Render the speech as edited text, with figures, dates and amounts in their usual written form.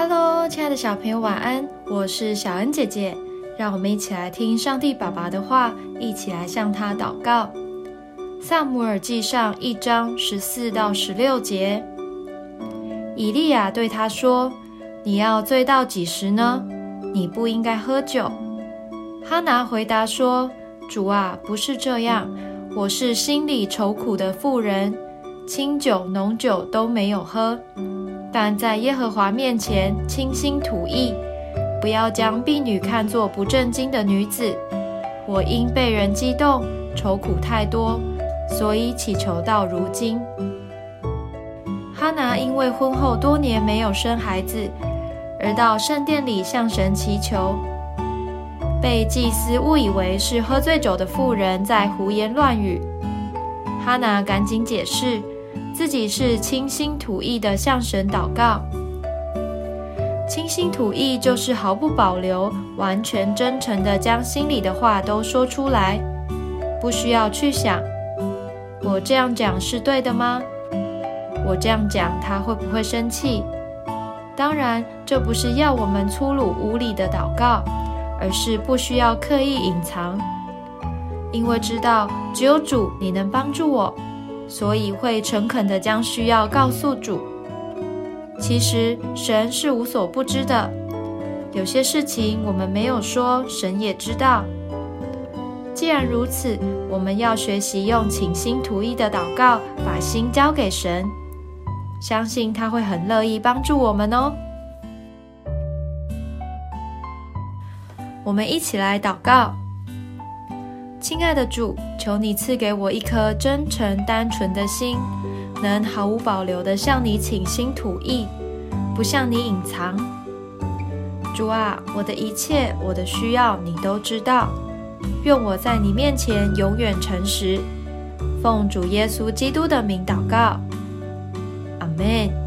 Hello， 亲爱的小朋友，晚安！我是小恩姐姐，让我们一起来听上帝爸爸的话，一起来向他祷告。撒母耳记上1章14到16节，以利亚对他说：“你要醉到几时呢？你不应该喝酒。”哈拿回答说：“主啊，不是这样，我是心里愁苦的妇人，清酒浓酒都没有喝。但在耶和华面前倾心吐意，不要将婢女看作不正经的女子。我因被人激动，愁苦太多，所以祈求到如今。”哈拿因为婚后多年没有生孩子，而到圣殿里向神祈求，被祭司误以为是喝醉酒的妇人在胡言乱语。哈拿赶紧解释自己是倾心吐意的向神祷告。倾心吐意就是毫不保留、完全真诚地将心里的话都说出来，不需要去想我这样讲是对的吗？我这样讲他会不会生气？当然，这不是要我们粗鲁无礼的祷告，而是不需要刻意隐藏，因为知道只有主你能帮助我，所以会诚恳地将需要告诉主。其实神是无所不知的，有些事情我们没有说，神也知道。既然如此，我们要学习用倾心吐意的祷告，把心交给神，相信他会很乐意帮助我们哦。我们一起来祷告。亲爱的主，求你赐给我一颗真诚单纯的心，能毫无保留地向你倾心吐意，不向你隐藏。主啊，我的一切，我的需要你都知道，愿我在你面前永远诚实。奉主耶稣基督的名祷告，阿们。